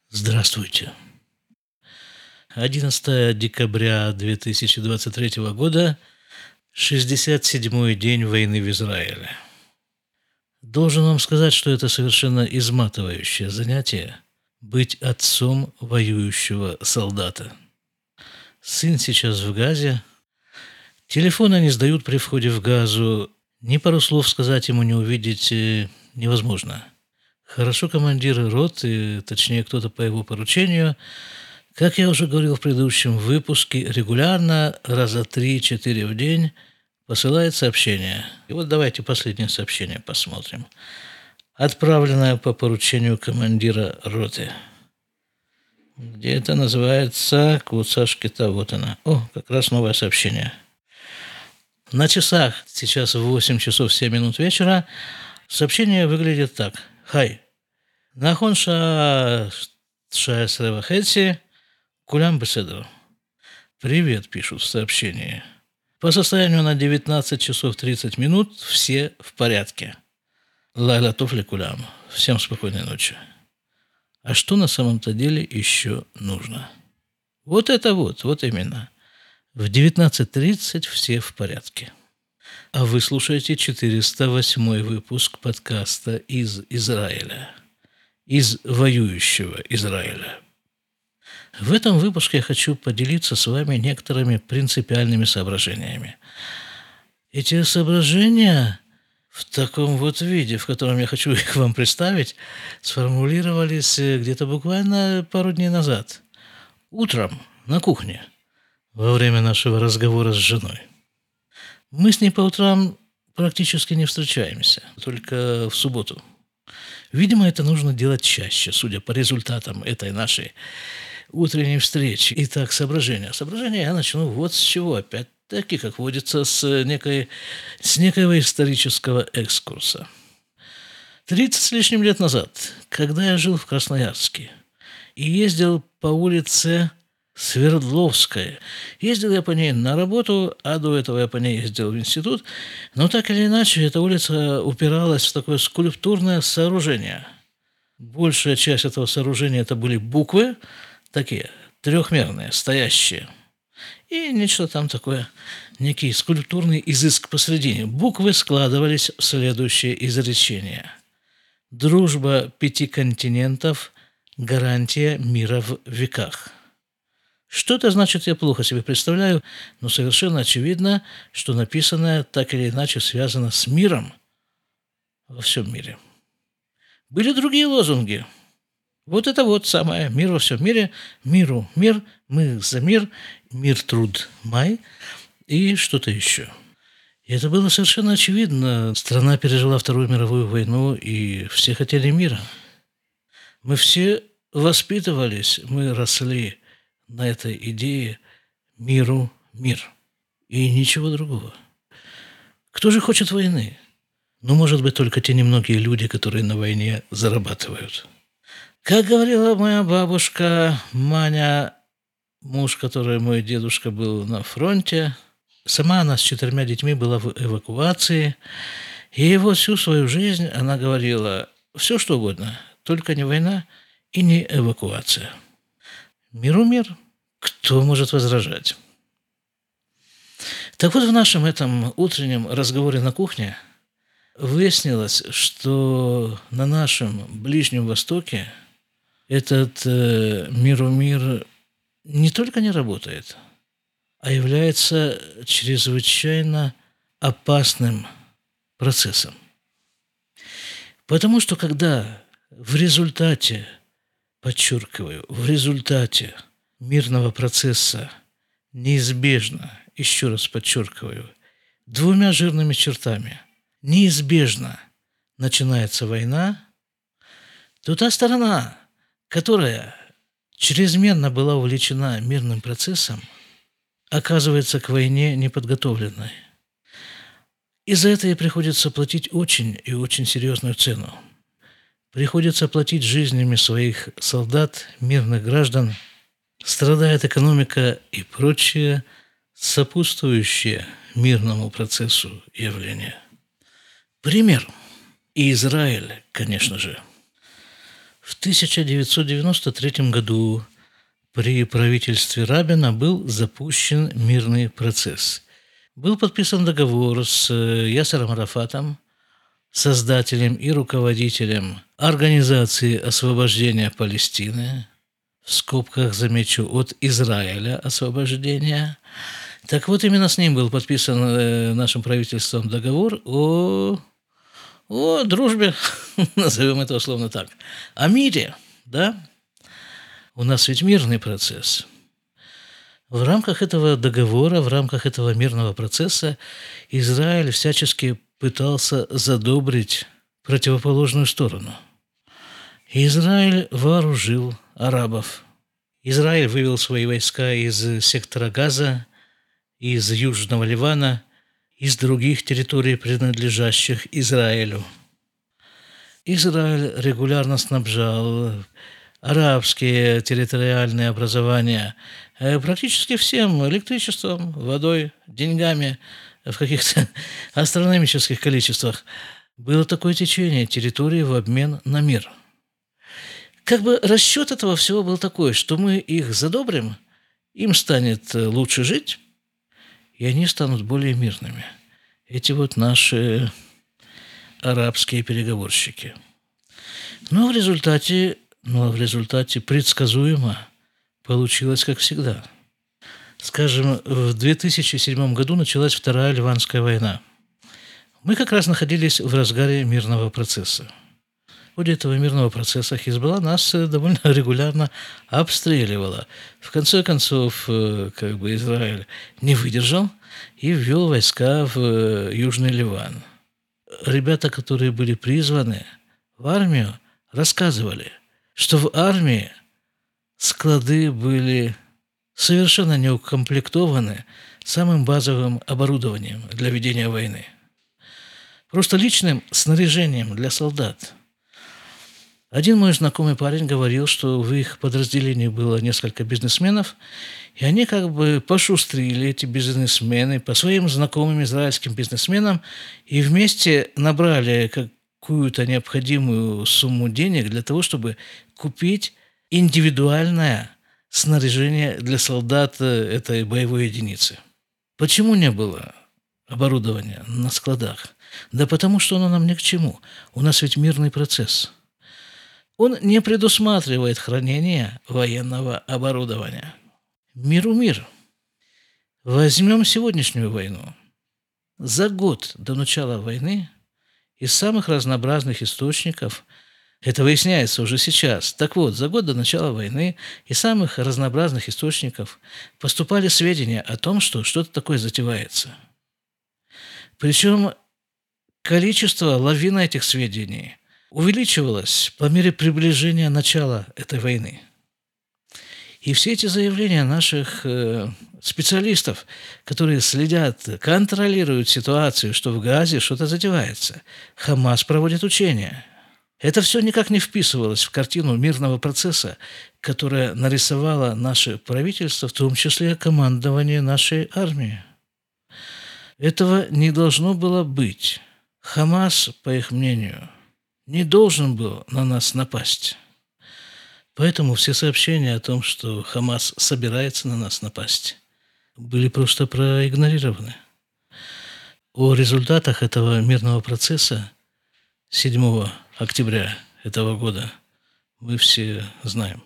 Здравствуйте. 11 декабря 2023 года, 67-й день войны в Израиле. Должен вам сказать, что это совершенно изматывающее занятие — быть отцом воюющего солдата. Сын сейчас в Газе. Телефоны не сдают при входе в Газу. Ни пару слов сказать ему, не увидеть невозможно. Хорошо командир роты, точнее кто-то по его поручению, как я уже говорил в предыдущем выпуске, регулярно, раза 3-4 в день посылает сообщение. И вот давайте последнее сообщение посмотрим. Отправленное по поручению командира роты. Где это называется? Куцашки-то, вот она. О, как раз новое сообщение. На часах сейчас 8 часов 7 минут вечера. Сообщение выглядит так. Хай. Нахон ша 16:30. Кулям беседу. Привет, пишут в сообщении. По состоянию на 19 часов 30 минут все в порядке. Лайла тофли кулям. Всем спокойной ночи. А что на самом-то деле еще нужно? Вот это вот именно. В 19:30 все в порядке. А вы слушаете 408 выпуск подкаста из Израиля. Из воюющего Израиля. В этом выпуске я хочу поделиться с вами некоторыми принципиальными соображениями. Эти соображения в таком вот виде, в котором я хочу их вам представить, сформулировались где-то буквально пару дней назад. Утром на кухне, во время нашего разговора с женой. Мы с ней по утрам практически не встречаемся, только в субботу. Видимо, это нужно делать чаще, судя по результатам этой нашей утренней встречи. Итак, соображения. Соображения я начну вот с чего. Опять-таки, как водится, с некоего исторического экскурса. 30 с лишним лет назад, когда я жил в Красноярске и ездил по улице Свердловская. Ездил я по ней на работу, а до этого я по ней ездил в институт. Но так или иначе, эта улица упиралась в такое скульптурное сооружение. Большая часть этого сооружения – это были буквы, такие трехмерные, стоящие. И нечто там такое, некий скульптурный изыск посредине. Буквы складывались в следующее изречение. «Дружба 5 континентов – гарантия мира в веках». Что это значит, я плохо себе представляю, но совершенно очевидно, что написанное так или иначе связано с миром во всем мире. Были другие лозунги. Вот это вот самое «Мир во всем мире», «Миру мир», «Мы за мир», «Мир труд май» и что-то еще. И это было совершенно очевидно. Страна пережила Вторую мировую войну, и все хотели мира. Мы все воспитывались, мы росли на этой идее «миру мир» и ничего другого. Кто же хочет войны? Ну, может быть, только те немногие люди, которые на войне зарабатывают. Как говорила моя бабушка Маня, муж, который мой дедушка был на фронте, сама она с 4 детьми была в эвакуации, и вот всю свою жизнь она говорила все что угодно, только не война и не эвакуация. Миру мир. Кто может возражать? Так вот, в нашем этом утреннем разговоре на кухне выяснилось, что на нашем Ближнем Востоке этот миру мир не только не работает, а является чрезвычайно опасным процессом. Потому что когда в результате, подчеркиваю, в результате мирного процесса неизбежно, еще раз подчеркиваю, 2 жирными чертами, неизбежно начинается война, то та сторона, которая чрезмерно была увлечена мирным процессом, оказывается к войне неподготовленной. И за это ей приходится платить очень и очень серьезную цену. Приходится платить жизнями своих солдат, мирных граждан, страдает экономика и прочие сопутствующие мирному процессу явления. Пример. И Израиль, конечно же. В 1993 году при правительстве Рабина был запущен мирный процесс. Был подписан договор с Ясером Арафатом, создателем и руководителем Организации освобождения Палестины, в скобках замечу, от Израиля освобождения. Так вот, именно с ним был подписан нашим правительством договор о дружбе, назовем это условно так, о мире, да? У нас ведь мирный процесс. В рамках этого договора, в рамках этого мирного процесса Израиль всячески пытался задобрить противоположную сторону. Израиль вооружил арабов. Израиль вывел свои войска из сектора Газа, из Южного Ливана, из других территорий, принадлежащих Израилю. Израиль регулярно снабжал арабские территориальные образования практически всем: электричеством, водой, деньгами в каких-то астрономических количествах. Было такое течение территории в обмен на мир. Как бы расчет этого всего был такой, что мы их задобрим, им станет лучше жить, и они станут более мирными. Эти вот наши арабские переговорщики. Но в результате предсказуемо получилось, как всегда. Скажем, в 2007 году началась Вторая Ливанская война. Мы как раз находились в разгаре мирного процесса. В ходе этого мирного процесса Хизбалла нас довольно регулярно обстреливала. В конце концов, Израиль не выдержал и ввел войска в Южный Ливан. Ребята, которые были призваны в армию, рассказывали, что в армии склады были совершенно не укомплектованы самым базовым оборудованием для ведения войны. Просто личным снаряжением для солдат. Один мой знакомый парень говорил, что в их подразделении было несколько бизнесменов, и они пошустрили, эти бизнесмены, по своим знакомым израильским бизнесменам, и вместе набрали какую-то необходимую сумму денег для того, чтобы купить индивидуальное снаряжение для солдат этой боевой единицы. Почему не было оборудования на складах? Да потому что оно нам ни к чему. У нас ведь мирный процесс. Он не предусматривает хранение военного оборудования. Миру мир. Возьмем сегодняшнюю войну. За год до начала войны из самых разнообразных источников, это выясняется уже сейчас, так вот, за год до начала войны из самых разнообразных источников поступали сведения о том, что что-то такое затевается. Причем количество, лавина этих сведений увеличивалось по мере приближения начала этой войны. И все эти заявления наших специалистов, которые следят, контролируют ситуацию, что в Газе что-то затевается. Хамас проводит учения. Это все никак не вписывалось в картину мирного процесса, которое нарисовало наше правительство, в том числе командование нашей армии. Этого не должно было быть. Хамас, по их мнению, не должен был на нас напасть. Поэтому все сообщения о том, что Хамас собирается на нас напасть, были просто проигнорированы. О результатах этого мирного процесса 7 октября этого года мы все знаем.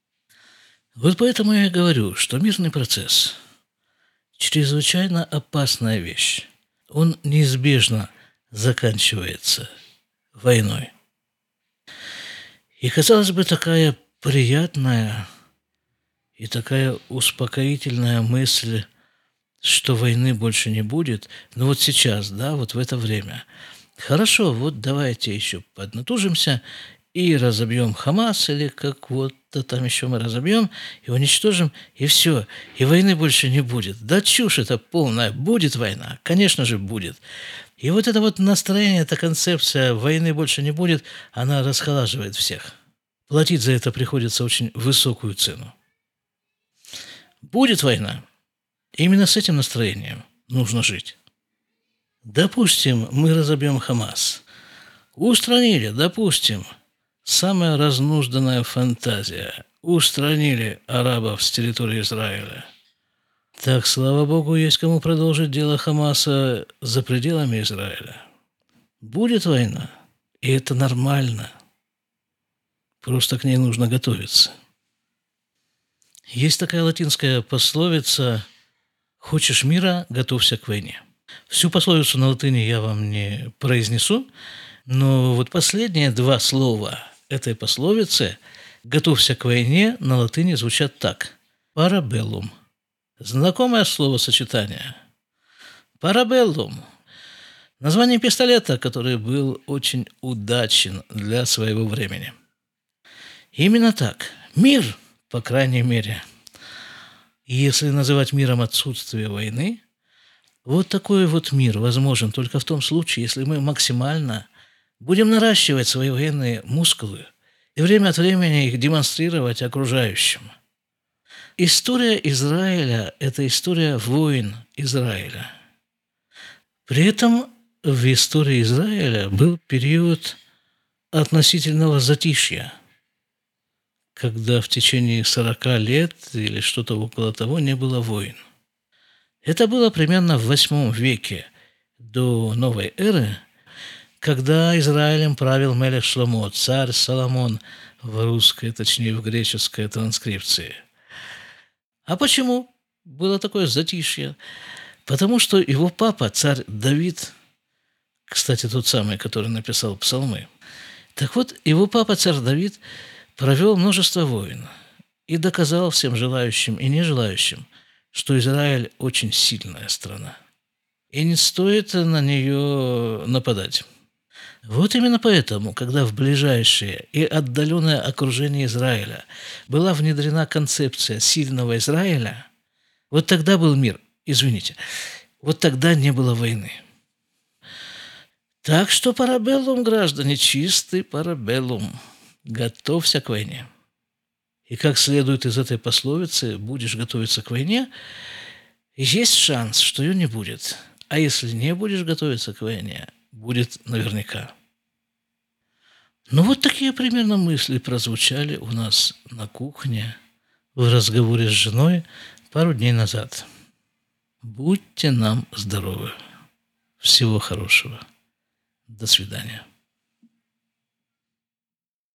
Вот поэтому я и говорю, что мирный процесс – чрезвычайно опасная вещь. Он неизбежно заканчивается войной. И, казалось бы, такая приятная и такая успокоительная мысль, что войны больше не будет, но вот сейчас, да, вот в это время. Хорошо, вот давайте еще поднатужимся и разобьем Хамас, или как-то там еще мы разобьем, и уничтожим, и все, и войны больше не будет. Да чушь это полная, будет война, конечно же будет. И вот это вот настроение, эта концепция «войны больше не будет», она расхолаживает всех. Платить за это приходится очень высокую цену. Будет война. Именно с этим настроением нужно жить. Допустим, мы разобьем Хамас. Устранили, допустим. самая разнужданная фантазия. Устранили арабов с территории Израиля. Так, слава Богу, есть кому продолжить дело Хамаса за пределами Израиля. Будет война, и это нормально. Просто к ней нужно готовиться. Есть такая латинская пословица «Хочешь мира, готовься к войне». Всю пословицу на латыни я вам не произнесу, но вот последние два слова этой пословицы «готовься к войне» на латыни звучат так – «парабеллум». Знакомое словосочетание. «Парабеллум» – название пистолета, который был очень удачен для своего времени. Именно так. Мир, по крайней мере, если называть миром отсутствие войны, вот такой вот мир возможен только в том случае, если мы максимально будем наращивать свои военные мускулы и время от времени их демонстрировать окружающим. История Израиля – это история войн Израиля. При этом в истории Израиля был период относительного затишья, когда в течение 40 лет или что-то около того не было войн. Это было примерно в VIII веке до новой эры, когда Израилем правил Мелех Шломо, царь Соломон в русской, точнее в греческой транскрипции. А почему было такое затишье? Потому что его папа, царь Давид, кстати, тот самый, который написал псалмы, так вот, его папа, царь Давид, провел множество войн и доказал всем желающим и нежелающим, что Израиль очень сильная страна, и не стоит на нее нападать. Вот именно поэтому, когда в ближайшее и отдаленное окружение Израиля была внедрена концепция сильного Израиля, вот тогда был мир, извините, вот тогда не было войны. Так что парабеллум, граждане, чистый парабеллум. Готовься к войне. И как следует из этой пословицы, будешь готовиться к войне, есть шанс, что ее не будет. А если не будешь готовиться к войне, будет наверняка. Ну вот такие примерно мысли прозвучали у нас на кухне в разговоре с женой пару дней назад. Будьте нам здоровы. Всего хорошего. До свидания.